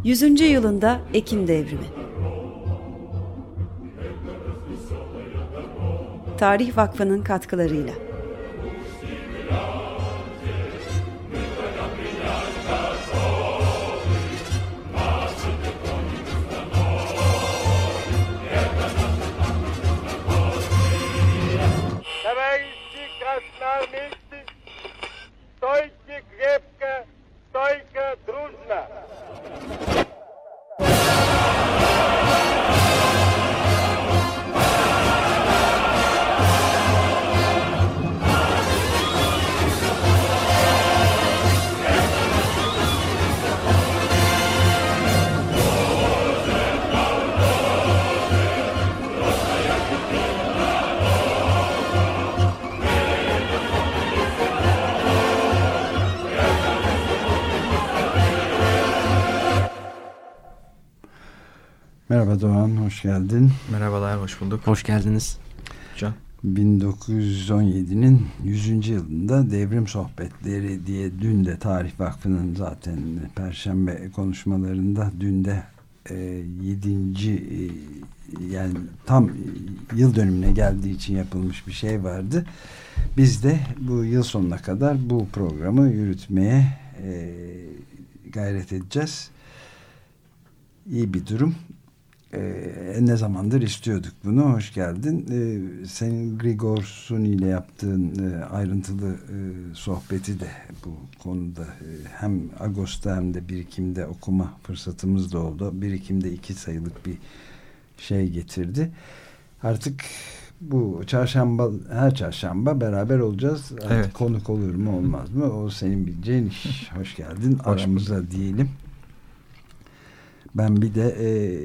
100. yılında Ekim Devrimi. Tarih Vakfı'nın katkılarıyla. Товарищи красноармейцы, стойте крепко, стойко, дружно! Merhaba Doğan, hoş geldin. Merhabalar, hoş bulduk. Hoş geldiniz. Hocam. 1917'nin 100. yılında devrim sohbetleri diye dün de Tarih Vakfı'nın zaten Perşembe konuşmalarında dün de 7. Yani tam yıl dönümüne geldiği için yapılmış bir şey vardı. Biz de bu yıl sonuna kadar bu programı yürütmeye gayret edeceğiz. İyi bir durum. Ne zamandır istiyorduk bunu. Hoş geldin. Senin Grigor Suni ile yaptığın ayrıntılı sohbeti de bu konuda hem Ağustos'ta hem de Birikim'de okuma fırsatımız da oldu. Birikim'de 2 sayılık bir şey getirdi. Artık bu çarşamba, her çarşamba beraber olacağız. Artık evet. Konuk olur mu olmaz mı? O senin bileceğin iş. Hoş geldin. Aramıza diyelim. Ben bir de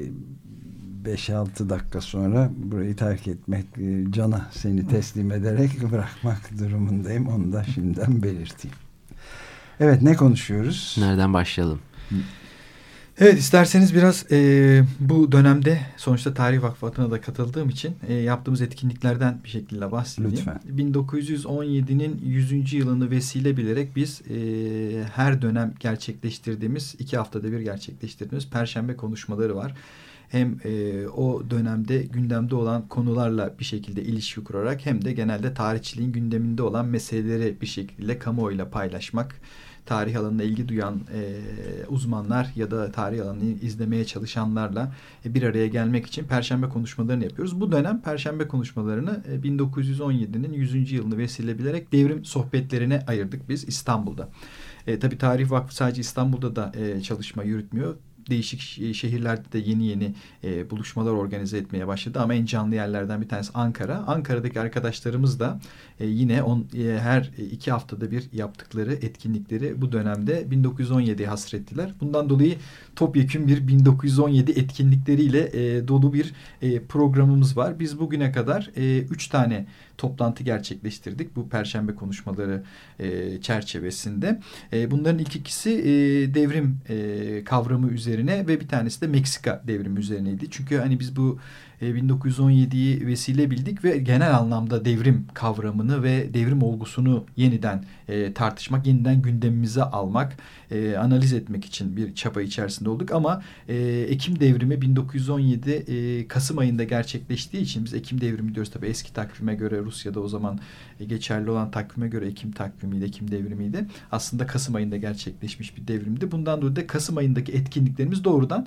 5-6 dakika sonra burayı terk etmek, Can'a seni teslim ederek bırakmak durumundayım. Onu da şimdiden belirteyim. Evet, ne konuşuyoruz? Nereden başlayalım? Evet, isterseniz biraz bu dönemde sonuçta Tarih Vakfı adına da katıldığım için yaptığımız etkinliklerden bir şekilde bahsedeyim. Lütfen. 1917'nin 100. yılını vesile bilerek biz her dönem gerçekleştirdiğimiz, 2 haftada bir gerçekleştirdiğimiz Perşembe konuşmaları var. Hem o dönemde gündemde olan konularla bir şekilde ilişki kurarak hem de genelde tarihçiliğin gündeminde olan meseleleri bir şekilde kamuoyuyla paylaşmak, tarih alanına ilgi duyan uzmanlar ya da tarih alanını izlemeye çalışanlarla bir araya gelmek için Perşembe konuşmalarını yapıyoruz. Bu dönem Perşembe konuşmalarını 1917'nin 100. yılını vesile bilerek devrim sohbetlerine ayırdık biz İstanbul'da. Tabii Tarih Vakfı sadece İstanbul'da da çalışma yürütmüyor. Değişik şehirlerde de yeni buluşmalar organize etmeye başladı ama en canlı yerlerden bir tanesi Ankara. Ankara'daki arkadaşlarımız da yine her 2 haftada bir yaptıkları etkinlikleri bu dönemde 1917'ye hasrettiler. Bundan dolayı topyekün bir 1917 etkinlikleriyle dolu bir programımız var. Biz bugüne kadar 3 tane toplantı gerçekleştirdik bu Perşembe konuşmaları çerçevesinde. Bunların ilk ikisi devrim kavramı üzerine ve bir tanesi de Meksika devrimi üzerineydi. Çünkü hani biz bu 1917'yi vesile bildik ve genel anlamda devrim kavramını ve devrim olgusunu yeniden tartışmak, yeniden gündemimize almak, analiz etmek için bir çaba içerisinde olduk. Ama Ekim devrimi 1917 Kasım ayında gerçekleştiği için biz Ekim devrimi diyoruz. Tabii eski takvime göre, Rusya'da o zaman geçerli olan takvime göre Ekim takvimiydi, Ekim devrimiydi. Aslında Kasım ayında gerçekleşmiş bir devrimdi. Bundan dolayı da Kasım ayındaki etkinliklerimiz doğrudan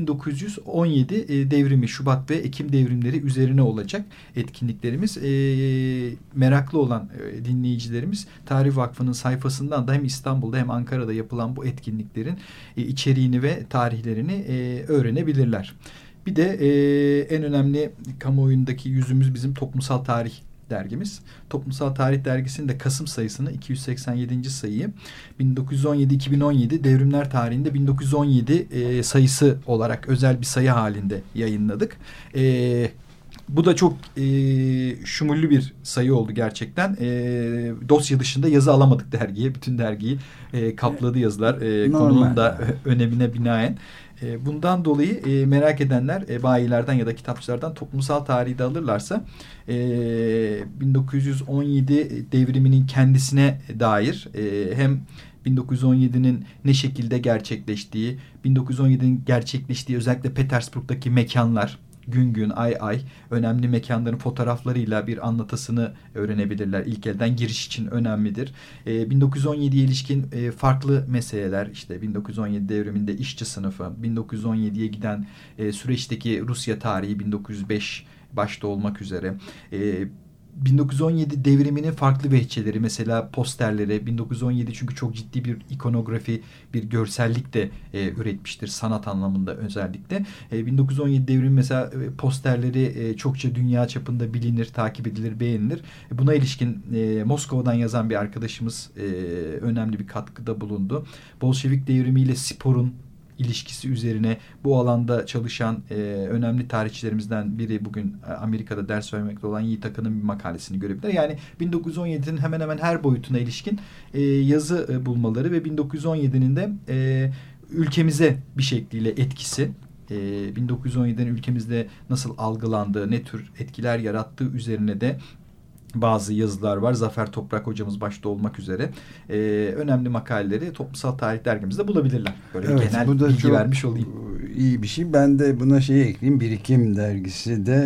1917 devrimi, Şubat ve Ekim devrimleri üzerine olacak etkinliklerimiz. Meraklı olan dinleyicilerimiz Tarih Vakfı'nın sayfasından da hem İstanbul'da hem Ankara'da yapılan bu etkinliklerin içeriğini ve tarihlerini öğrenebilirler. Bir de en önemli kamuoyundaki yüzümüz bizim Toplumsal Tarih dergimiz. Toplumsal Tarih dergisinin de Kasım sayısını 287. sayıyı 1917-2017 devrimler tarihinde 1917 sayısı olarak özel bir sayı halinde yayınladık. Bu da çok şumullü bir sayı oldu gerçekten. Dosya dışında yazı alamadık dergiye. Bütün dergiyi kapladı yazılar. Konunun da önemine binaen. Bundan dolayı merak edenler bayilerden ya da kitapçılardan toplumsal tarihi de alırlarsa 1917 devriminin kendisine dair hem 1917'nin ne şekilde gerçekleştiği, 1917'nin gerçekleştiği özellikle Petersburg'daki mekanlar, gün gün, ay ay önemli mekanların fotoğraflarıyla bir anlatısını öğrenebilirler. İlk elden giriş için önemlidir. 1917'ye ilişkin farklı meseleler, işte 1917 devriminde işçi sınıfı, 1917'ye giden süreçteki Rusya tarihi 1905 başta olmak üzere, 1917 devriminin farklı vehçeleri, mesela posterleri, 1917 çünkü çok ciddi bir ikonografi, bir görsellik de üretmiştir sanat anlamında özellikle. 1917 devrimi mesela posterleri çokça dünya çapında bilinir, takip edilir, beğenilir. Buna ilişkin Moskova'dan yazan bir arkadaşımız önemli bir katkıda bulundu. Bolşevik devrimiyle sporun ilişkisi üzerine bu alanda çalışan önemli tarihçilerimizden biri, bugün Amerika'da ders vermekte olan Yiğit Akın'ın bir makalesini görebilir. Yani 1917'nin hemen hemen her boyutuna ilişkin yazı bulmaları ve 1917'nin de ülkemize bir şekliyle etkisi, 1917'nin ülkemizde nasıl algılandığı, ne tür etkiler yarattığı üzerine de bazı yazılar var. Zafer Toprak hocamız başta olmak üzere önemli makaleleri Toplumsal Tarih dergimizde bulabilirler. Böyle genel bu da bilgi çok vermiş olayım. İyi bir şey. Ben de buna ekleyeyim. Birikim dergisi de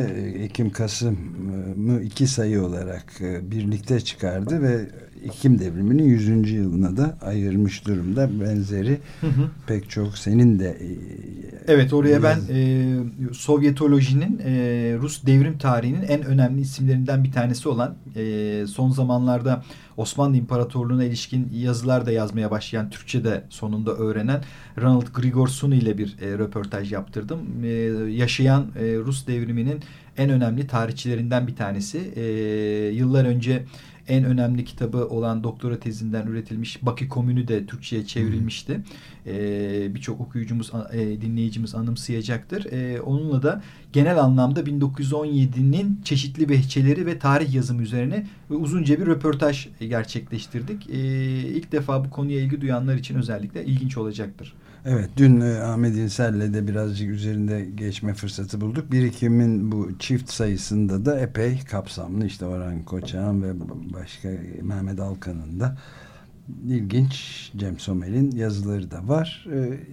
Ekim-Kasım'ı 2 sayı olarak birlikte çıkardı ve Ekim devriminin 100. yılına da ayırmış durumda. Benzeri pek çok senin de evet, oraya ben Sovyetolojinin Rus devrim tarihinin en önemli isimlerinden bir tanesi olan, son zamanlarda Osmanlı İmparatorluğu'na ilişkin yazılar da yazmaya başlayan, Türkçe de sonunda öğrenen Ronald Grigorsun ile bir röportaj yaptırdım. Yaşayan Rus devriminin en önemli tarihçilerinden bir tanesi. Yıllar önce en önemli kitabı olan doktora tezinden üretilmiş Bakü Komünü de Türkçe'ye çevrilmişti. Birçok okuyucumuz, dinleyicimiz anımsayacaktır. Onunla da genel anlamda 1917'nin çeşitli vehçeleri ve tarih yazımı üzerine uzunca bir röportaj gerçekleştirdik. İlk defa bu konuya ilgi duyanlar için özellikle ilginç olacaktır. Evet, dün Ahmet İnsel'le de birazcık üzerinde geçme fırsatı bulduk. Birikim'in bu çift sayısında da epey kapsamlı, işte Orhan Koçak'ın ve başka Mehmet Alkan'ın da ilginç, Cem Somer'in yazıları da var.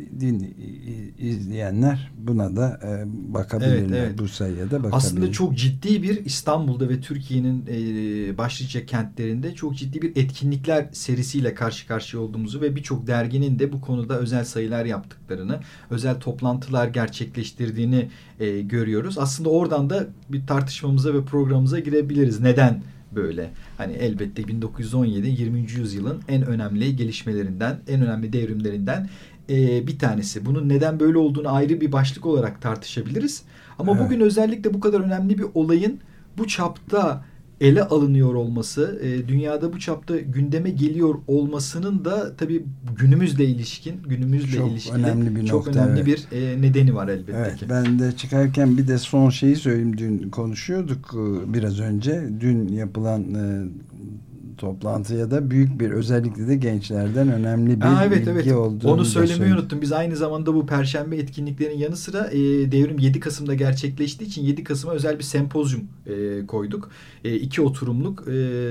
İzleyenler buna da bakabilirler. Evet. Bu sayıya da bakabilirler. Aslında çok ciddi bir, İstanbul'da ve Türkiye'nin başlıca kentlerinde çok ciddi bir etkinlikler serisiyle karşı karşıya olduğumuzu ve birçok derginin de bu konuda özel sayılar yaptıklarını, özel toplantılar gerçekleştirdiğini görüyoruz. Aslında oradan da bir tartışmamıza ve programımıza girebiliriz. Neden böyle? Hani elbette 1917 20. yüzyılın en önemli gelişmelerinden, en önemli devrimlerinden bir tanesi. Bunun neden böyle olduğunu ayrı bir başlık olarak tartışabiliriz. Ama bugün özellikle bu kadar önemli bir olayın bu çapta ele alınıyor olması, dünyada bu çapta gündeme geliyor olmasının da tabii günümüzle ilişkin, çok önemli bir nedeni var elbette ki. Ben de çıkarken bir de son şeyi söyleyeyim. Dün konuşuyorduk biraz önce. Dün yapılan toplantıya da büyük bir, özellikle de gençlerden önemli bir ilgi olduğunu onu söylemeyi unuttum. Biz aynı zamanda bu Perşembe etkinliklerinin yanı sıra devrim 7 Kasım'da gerçekleştiği için 7 Kasım'a özel bir sempozyum koyduk. 2 oturumluk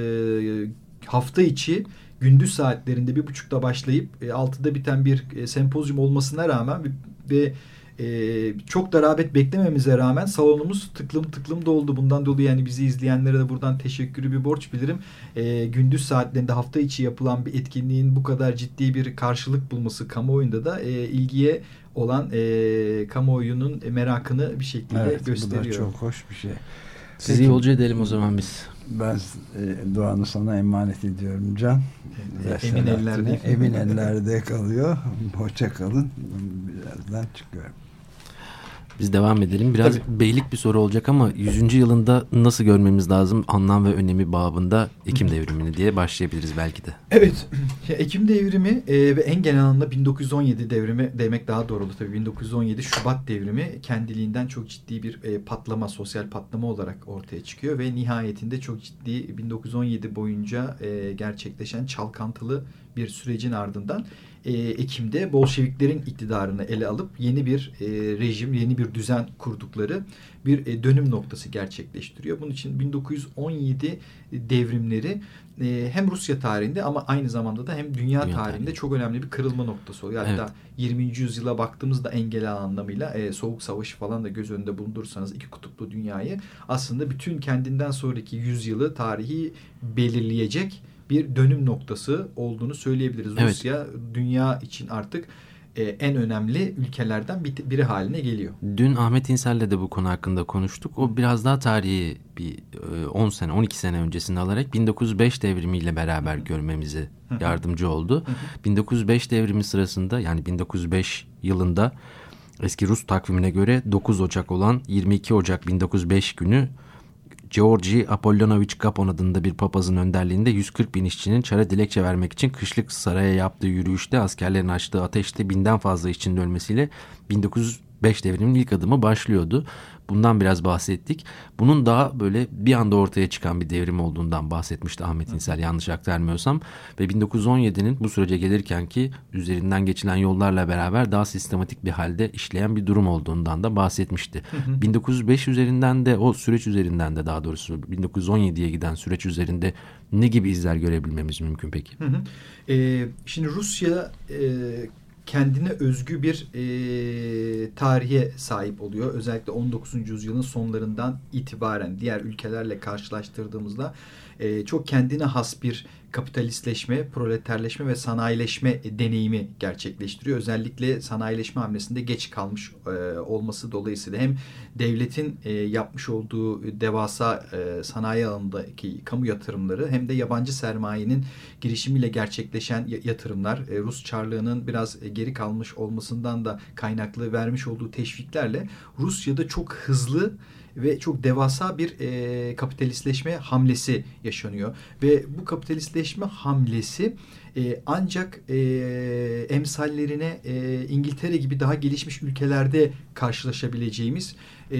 hafta içi gündüz saatlerinde 1.30'da başlayıp 6'da biten bir sempozyum olmasına rağmen ve çok da rağbet beklememize rağmen salonumuz tıklım doldu. Bundan dolayı yani bizi izleyenlere de buradan teşekkürü bir borç bilirim. Gündüz saatlerinde hafta içi yapılan bir etkinliğin bu kadar ciddi bir karşılık bulması kamuoyunda da ilgiye olan kamuoyunun merakını bir şekilde gösteriyor. Bu da çok hoş bir şey. Sizi yolcu edelim o zaman biz. Ben Doğan'ı sana emanet ediyorum Can. Emin ellerde kalıyor. Hoşça kalın. Birazdan çıkıyorum. Biz devam edelim. Biraz beylik bir soru olacak ama 100. yılında nasıl görmemiz lazım anlam ve önemi babında Ekim devrimini diye başlayabiliriz belki de. Evet. Ekim devrimi ve en genel anlamda 1917 devrimi demek daha doğru olur. Tabii 1917 Şubat devrimi kendiliğinden çok ciddi bir patlama, sosyal patlama olarak ortaya çıkıyor ve nihayetinde çok ciddi 1917 boyunca gerçekleşen çalkantılı bir sürecin ardından Ekim'de Bolşeviklerin iktidarını ele alıp yeni bir rejim, yeni bir düzen kurdukları bir dönüm noktası gerçekleştiriyor. Bunun için 1917 devrimleri hem Rusya tarihinde ama aynı zamanda da hem dünya tarihinde çok önemli bir kırılma noktası oluyor. Hatta 20. yüzyıla baktığımızda en genel anlamıyla Soğuk Savaşı falan da göz önünde bulundurursanız iki kutuplu dünyayı aslında bütün kendinden sonraki yüzyılı tarihi belirleyecek bir dönüm noktası olduğunu söyleyebiliriz. Evet. Rusya dünya için artık en önemli ülkelerden biri haline geliyor. Dün Ahmet İnsel'le de bu konu hakkında konuştuk. O biraz daha tarihi bir 10 sene, 12 sene öncesini alarak 1905 devrimiyle beraber görmemize yardımcı oldu. 1905 devrimi sırasında, yani 1905 yılında eski Rus takvimine göre 9 Ocak olan 22 Ocak 1905 günü Georgi Apollonovich Gapon adında bir papazın önderliğinde 140 bin işçinin Çar'a dilekçe vermek için kışlık saraya yaptığı yürüyüşte askerlerin açtığı ateşte 1000'den fazla işçinin ölmesiyle 1905 devriminin ilk adımı başlıyordu. Bundan biraz bahsettik. Bunun daha böyle bir anda ortaya çıkan bir devrim olduğundan bahsetmişti Ahmet İnsel, yanlış aktarmıyorsam. Ve 1917'nin bu sürece gelirken ki üzerinden geçilen yollarla beraber daha sistematik bir halde işleyen bir durum olduğundan da bahsetmişti. 1905 üzerinden de, o süreç üzerinden de daha doğrusu 1917'ye giden süreç üzerinde ne gibi izler görebilmemiz mümkün peki? Şimdi Rusya kendine özgü bir tarihe sahip oluyor. Özellikle 19. yüzyılın sonlarından itibaren diğer ülkelerle karşılaştırdığımızda çok kendine has bir kapitalistleşme, proleterleşme ve sanayileşme deneyimi gerçekleştiriyor. Özellikle sanayileşme hamlesinde geç kalmış olması dolayısıyla hem devletin yapmış olduğu devasa sanayi alanındaki kamu yatırımları hem de yabancı sermayenin girişimiyle gerçekleşen yatırımlar, Rus Çarlığı'nın biraz geri kalmış olmasından da kaynaklı vermiş olduğu teşviklerle Rusya'da çok hızlı ve çok devasa bir kapitalistleşme hamlesi yaşanıyor. Ve bu kapitalistleşme hamlesi ancak emsallerine İngiltere gibi daha gelişmiş ülkelerde karşılaşabileceğimiz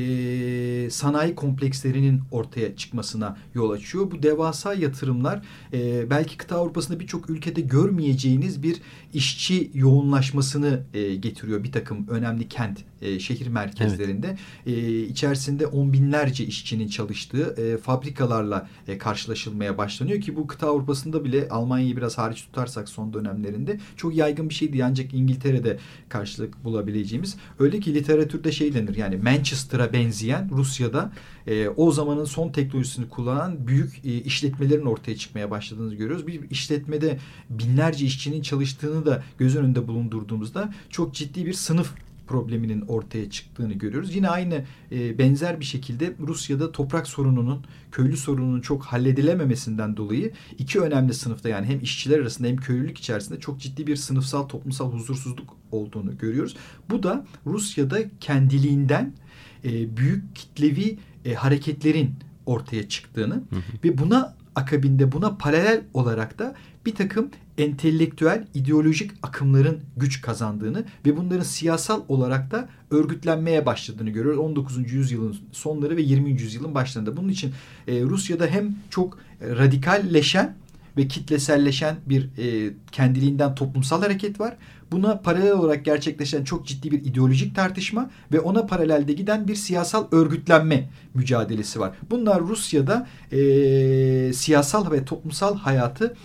sanayi komplekslerinin ortaya çıkmasına yol açıyor. Bu devasa yatırımlar belki kıta Avrupa'sında birçok ülkede görmeyeceğiniz bir işçi yoğunlaşmasını getiriyor bir takım önemli kent, şehir merkezlerinde. Evet. İçerisinde on binlerce işçinin çalıştığı fabrikalarla karşılaşılmaya başlanıyor ki bu kıta Avrupa'sında bile, Almanya'yı biraz hariç tutarsak son dönemlerinde, çok yaygın bir şeydi. Ancak İngiltere'de karşılık bulabileceğimiz. Öyle ki literatürde şey denir, yani Manchester'a benzeyen Rusya'da o zamanın son teknolojisini kullanan büyük işletmelerin ortaya çıkmaya başladığını görüyoruz. Bir işletmede binlerce işçinin çalıştığını da göz önünde bulundurduğumuzda çok ciddi bir sınıf probleminin ortaya çıktığını görüyoruz. Yine aynı benzer bir şekilde Rusya'da toprak sorununun, köylü sorununun çok halledilememesinden dolayı iki önemli sınıfta, yani hem işçiler arasında hem köylülük içerisinde çok ciddi bir sınıfsal, toplumsal huzursuzluk olduğunu görüyoruz. Bu da Rusya'da kendiliğinden büyük kitlevi hareketlerin ortaya çıktığını ve buna akabinde, buna paralel olarak da bir takım entelektüel, ideolojik akımların güç kazandığını ve bunların siyasal olarak da örgütlenmeye başladığını görüyoruz 19. yüzyılın sonları ve 20. yüzyılın başlarında. Bunun için Rusya'da hem çok radikalleşen ve kitleselleşen bir kendiliğinden toplumsal hareket var. Buna paralel olarak gerçekleşen çok ciddi bir ideolojik tartışma ve ona paralelde giden bir siyasal örgütlenme mücadelesi var. Bunlar Rusya'da siyasal ve toplumsal hayatı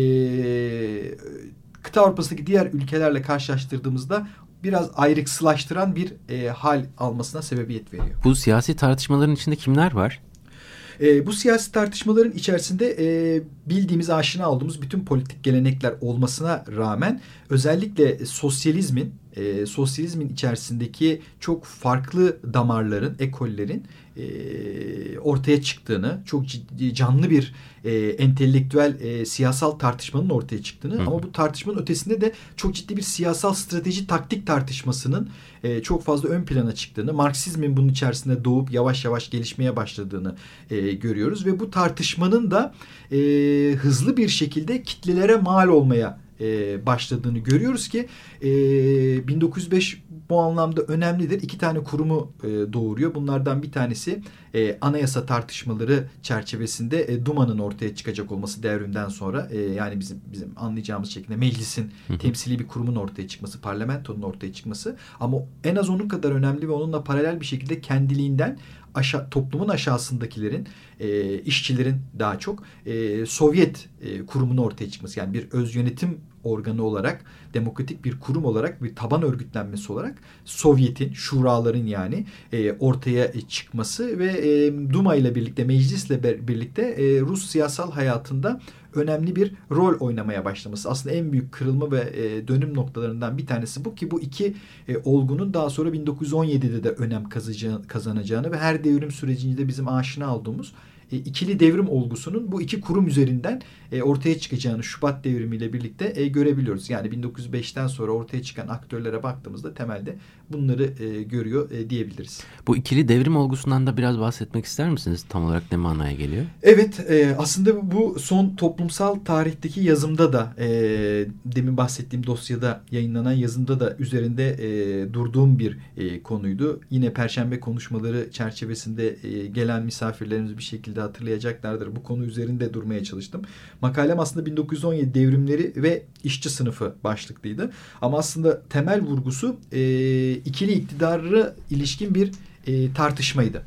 kıta Avrupa'sındaki diğer ülkelerle karşılaştırdığımızda biraz ayrıksılaştıran bir hal almasına sebebiyet veriyor. Bu siyasi tartışmaların içinde kimler var? Bu siyasi tartışmaların içerisinde bildiğimiz, aşina olduğumuz bütün politik gelenekler olmasına rağmen özellikle sosyalizmin içerisindeki çok farklı damarların, ekollerin ortaya çıktığını, çok ciddi, canlı bir entelektüel siyasal tartışmanın ortaya çıktığını ama bu tartışmanın ötesinde de çok ciddi bir siyasal strateji, taktik tartışmasının çok fazla ön plana çıktığını, Marksizmin bunun içerisinde doğup yavaş yavaş gelişmeye başladığını görüyoruz ve bu tartışmanın da hızlı bir şekilde kitlelere mal olmaya başladığını görüyoruz ki 1905 bu anlamda önemlidir. 2 tane kurumu doğuruyor. Bunlardan bir tanesi anayasa tartışmaları çerçevesinde Duma'nın ortaya çıkacak olması devrimden sonra, yani bizim anlayacağımız şekilde meclisin temsili bir kurumun ortaya çıkması, parlamentonun ortaya çıkması, ama en az onun kadar önemli ve onunla paralel bir şekilde kendiliğinden toplumun aşağısındakilerin, işçilerin daha çok Sovyet kurumunun ortaya çıkması, yani bir öz yönetim organı olarak, demokratik bir kurum olarak, bir taban örgütlenmesi olarak Sovyet'in, şuraların yani ortaya çıkması ve Duma ile birlikte, meclisle birlikte Rus siyasal hayatında önemli bir rol oynamaya başlaması. Aslında en büyük kırılma ve dönüm noktalarından bir tanesi bu ki bu iki olgunun daha sonra 1917'de de önem kazanacağını ve her devrim sürecinde bizim aşina olduğumuz ikili devrim olgusunun bu iki kurum üzerinden ortaya çıkacağını Şubat devrimiyle birlikte görebiliyoruz. Yani 1905'ten sonra ortaya çıkan aktörlere baktığımızda temelde bunları görüyor diyebiliriz. Bu ikili devrim olgusundan da biraz bahsetmek ister misiniz? Tam olarak ne manaya geliyor? Evet, aslında bu son toplumsal tarihteki yazımda da demin bahsettiğim dosyada yayınlanan yazımda da üzerinde durduğum bir konuydu. Yine Perşembe konuşmaları çerçevesinde gelen misafirlerimiz bir şekilde hatırlayacaklardır. Bu konu üzerinde durmaya çalıştım. Makalem aslında 1917 devrimleri ve işçi sınıfı başlıklıydı. Ama aslında temel vurgusu ikili iktidara ilişkin bir tartışmaydı.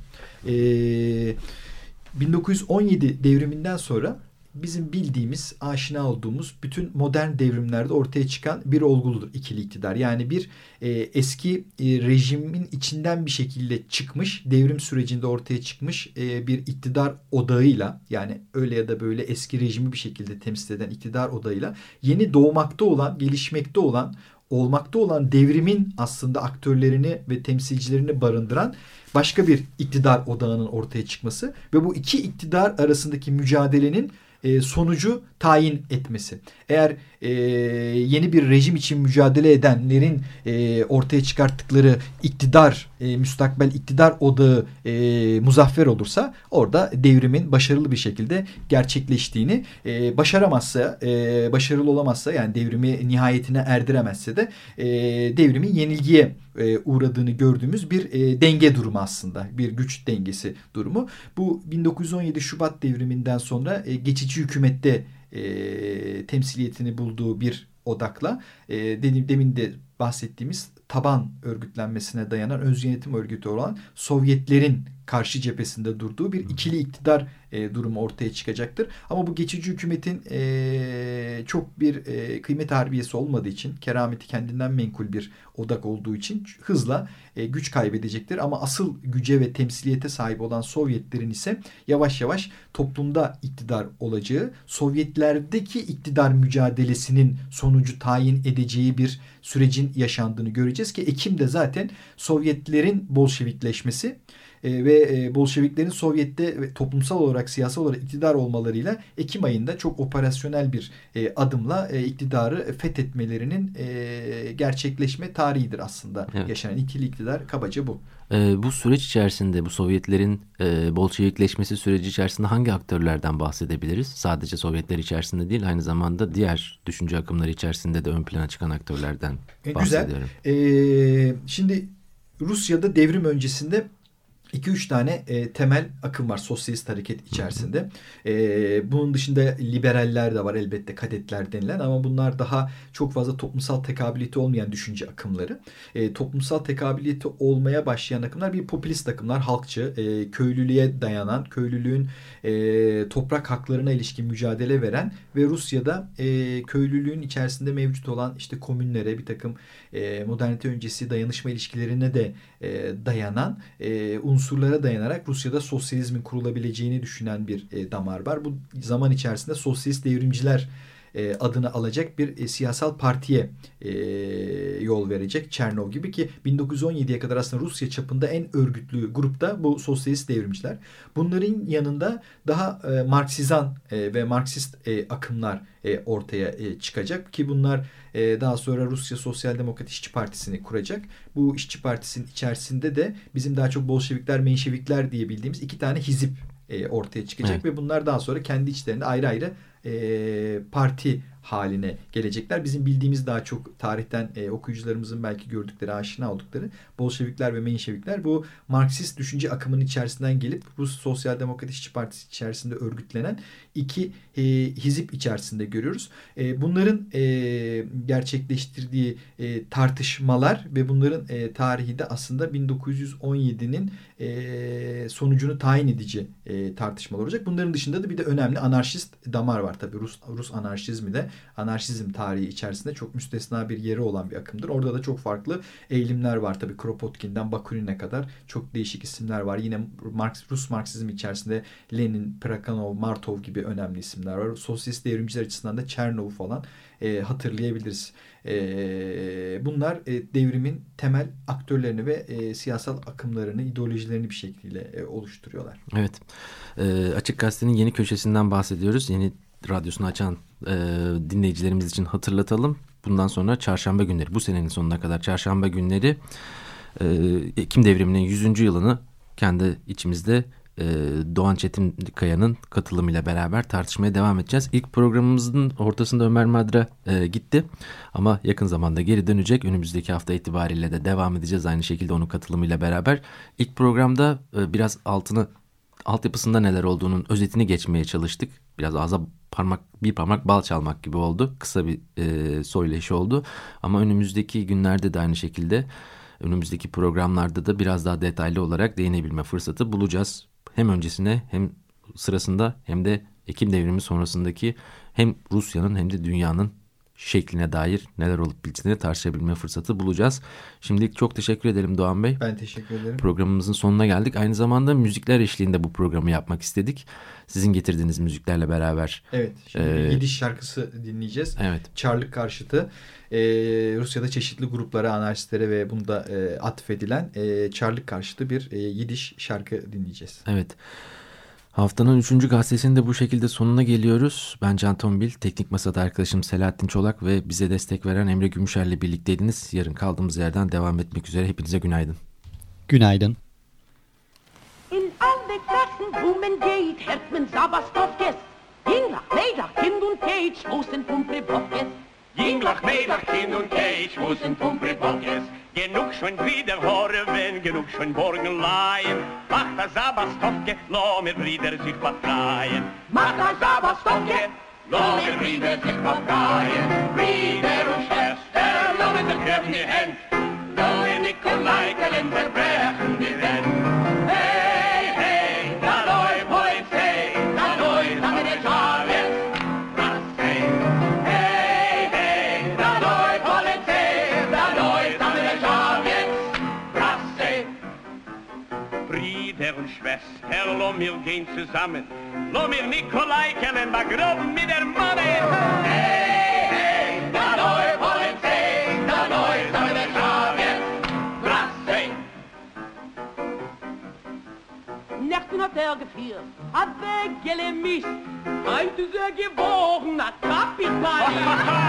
1917 devriminden sonra bizim bildiğimiz, aşina olduğumuz bütün modern devrimlerde ortaya çıkan bir olgudur ikili iktidar. Yani bir eski rejimin içinden bir şekilde çıkmış, devrim sürecinde ortaya çıkmış bir iktidar odağıyla, yani öyle ya da böyle eski rejimi bir şekilde temsil eden iktidar odağıyla yeni doğmakta olan, gelişmekte olan, olmakta olan devrimin aslında aktörlerini ve temsilcilerini barındıran başka bir iktidar odağının ortaya çıkması ve bu iki iktidar arasındaki mücadelenin sonucu tayin etmesi. Eğer yeni bir rejim için mücadele edenlerin ortaya çıkarttıkları iktidar, müstakbel iktidar odağı muzaffer olursa orada devrimin başarılı bir şekilde gerçekleştiğini, başaramazsa, başarılı olamazsa, yani devrimi nihayetine erdiremezse de devrimin yenilgiye uğradığını gördüğümüz bir denge durumu aslında. Bir güç dengesi durumu. Bu 1917 Şubat devriminden sonra geçici hükümette temsiliyetini bulduğu bir odakla demin de bahsettiğimiz taban örgütlenmesine dayanan öz yönetim örgütü olan Sovyetlerin karşı cephesinde durduğu bir ikili iktidar durumu ortaya çıkacaktır. Ama bu geçici hükümetin çok bir kıymet harbiyesi olmadığı için, kerameti kendinden menkul bir odak olduğu için hızla güç kaybedecektir. Ama asıl güce ve temsiliyete sahip olan Sovyetlerin ise yavaş yavaş toplumda iktidar olacağı, Sovyetlerdeki iktidar mücadelesinin sonucu tayin edeceği bir sürecin yaşandığını göreceğiz ki Ekim'de zaten Sovyetlerin Bolşevikleşmesi ve Bolşeviklerin Sovyet'te ve toplumsal olarak, siyasal olarak iktidar olmalarıyla Ekim ayında çok operasyonel bir adımla iktidarı fethetmelerinin gerçekleşme tarihidir aslında. Evet. Yaşanan ikili iktidar kabaca bu. Bu süreç içerisinde, bu Sovyetlerin Bolşevikleşmesi süreci içerisinde hangi aktörlerden bahsedebiliriz? Sadece Sovyetler içerisinde değil, aynı zamanda diğer düşünce akımları içerisinde de ön plana çıkan aktörlerden bahsediyorum. Güzel. Şimdi Rusya'da devrim öncesinde 2-3 tane temel akım var sosyalist hareket içerisinde. Bunun dışında liberaller de var elbette, kadetler denilen, ama bunlar daha çok fazla toplumsal tekabiliyeti olmayan düşünce akımları. Toplumsal tekabiliyeti olmaya başlayan akımlar bir popülist akımlar, halkçı, köylülüğe dayanan, köylülüğün toprak haklarına ilişkin mücadele veren ve Rusya'da köylülüğün içerisinde mevcut olan işte komünlere, bir takım modernite öncesi dayanışma ilişkilerine de dayanan unsurlara dayanarak Rusya'da sosyalizmin kurulabileceğini düşünen bir damar var. Bu zaman içerisinde sosyalist devrimciler adını alacak bir siyasal partiye yol verecek. Çernov gibi, ki 1917'ye kadar aslında Rusya çapında en örgütlü grup da bu sosyalist devrimciler. Bunların yanında daha Marksizan ve Marksist akımlar ortaya çıkacak ki bunlar daha sonra Rusya Sosyal Demokrat İşçi Partisi'ni kuracak. Bu İşçi Partisi'nin içerisinde de bizim daha çok Bolşevikler, Menşevikler diye bildiğimiz 2 tane hizip ortaya çıkacak. Evet. Ve bunlar daha sonra kendi içlerinde ayrı ayrı parti haline gelecekler. Bizim bildiğimiz daha çok tarihten okuyucularımızın belki gördükleri, aşina oldukları Bolşevikler ve Menşevikler bu Marksist düşünce akımının içerisinden gelip Rus Sosyal Demokrat İşçi Partisi içerisinde örgütlenen iki hizip içerisinde görüyoruz. Bunların gerçekleştirdiği tartışmalar ve bunların tarihi de aslında 1917'nin sonucunu tayin edici tartışmalar olacak. Bunların dışında da bir de önemli anarşist damar var tabii. Rus anarşizmi de anarşizm tarihi içerisinde çok müstesna bir yeri olan bir akımdır. Orada da çok farklı eğilimler var tabii. Kropotkin'den Bakunin'e kadar çok değişik isimler var. Yine Rus Marksizmi içerisinde Lenin, Plekhanov, Martov gibi önemli isimler var. Sosyalist devrimciler açısından da Çernov'u falan hatırlayabiliriz. Bunlar devrimin temel aktörlerini ve siyasal akımlarını, ideolojilerini bir şekilde oluşturuyorlar. Evet. Açık Gazete'nin yeni köşesinden bahsediyoruz. Yeni radyosunu açan dinleyicilerimiz için hatırlatalım. Bundan sonra çarşamba günleri, bu senenin sonuna kadar çarşamba günleri Ekim Devrimi'nin 100. yılını kendi içimizde Doğan Çetinkaya'nın katılımıyla beraber tartışmaya devam edeceğiz. İlk programımızın ortasında Ömer Madra gitti ama yakın zamanda geri dönecek. Önümüzdeki hafta itibariyle de devam edeceğiz aynı şekilde onun katılımıyla beraber. İlk programda biraz altyapısında neler olduğunun özetini geçmeye çalıştık. Biraz ağza bir parmak bal çalmak gibi oldu. Kısa bir söyleşi oldu. Ama önümüzdeki günlerde de aynı şekilde, önümüzdeki programlarda da biraz daha detaylı olarak değinebilme fırsatı bulacağız. Hem öncesine hem sırasında hem de Ekim Devrimi sonrasındaki hem Rusya'nın hem de dünyanın şekline dair neler olup bittiğini tartışabilme fırsatı bulacağız. Şimdilik çok teşekkür ederim Doğan Bey. Ben teşekkür ederim. Programımızın sonuna geldik. Aynı zamanda müzikler eşliğinde bu programı yapmak istedik. Sizin getirdiğiniz müziklerle beraber. Evet. Şimdi bir Yidiş şarkısı dinleyeceğiz. Evet. Çarlık karşıtı. Rusya'da çeşitli gruplara, anarşistlere ve bunda atfedilen Çarlık karşıtı bir Yidiş şarkı dinleyeceğiz. Evet. Haftanın 3. gazetesinin de bu şekilde sonuna geliyoruz. Ben Can Tombil, teknik masada arkadaşım Selahattin Çolak ve bize destek veren Emre Gümüşer'le birlikteydiniz. Yarın kaldığımız yerden devam etmek üzere. Hepinize günaydın. Günaydın. In alle Klassen, wo man geht, hört man Sabastowkes. Jinglach, Meidach, Kind und Cage, Schmusen, Pumpribokes. Jinglach, Meidach, Kind und Cage, Schmusen, Pumpribokes. Genug schon wieder Horven, genug schon Borgenleien. Macht das Sabastowke, lo mir Brüder sich befreien. Macht das Sabastowke, lo mir Brüder sich befreien. Brüder und Schwester, lo mit der Köpfen die Hand. Lo mir Nikolai, Kalender brechen die Wand. Hey, hey, da läuft heute, hey, da läuft am der Schale. Was, hey, hey, hey, da läuft heute, da läuft am der Schale. Was, hey. Brüder und Schwester, lo mir gehen zusammen. Lo mir Nikolai kennen, begraben mit der Manne. Hey, hey, da läuft heute, da läuft am der Schale. Was, hey. Nächten hat geführt, hat weggelemischt. Heute ist gewogen, na Kapital.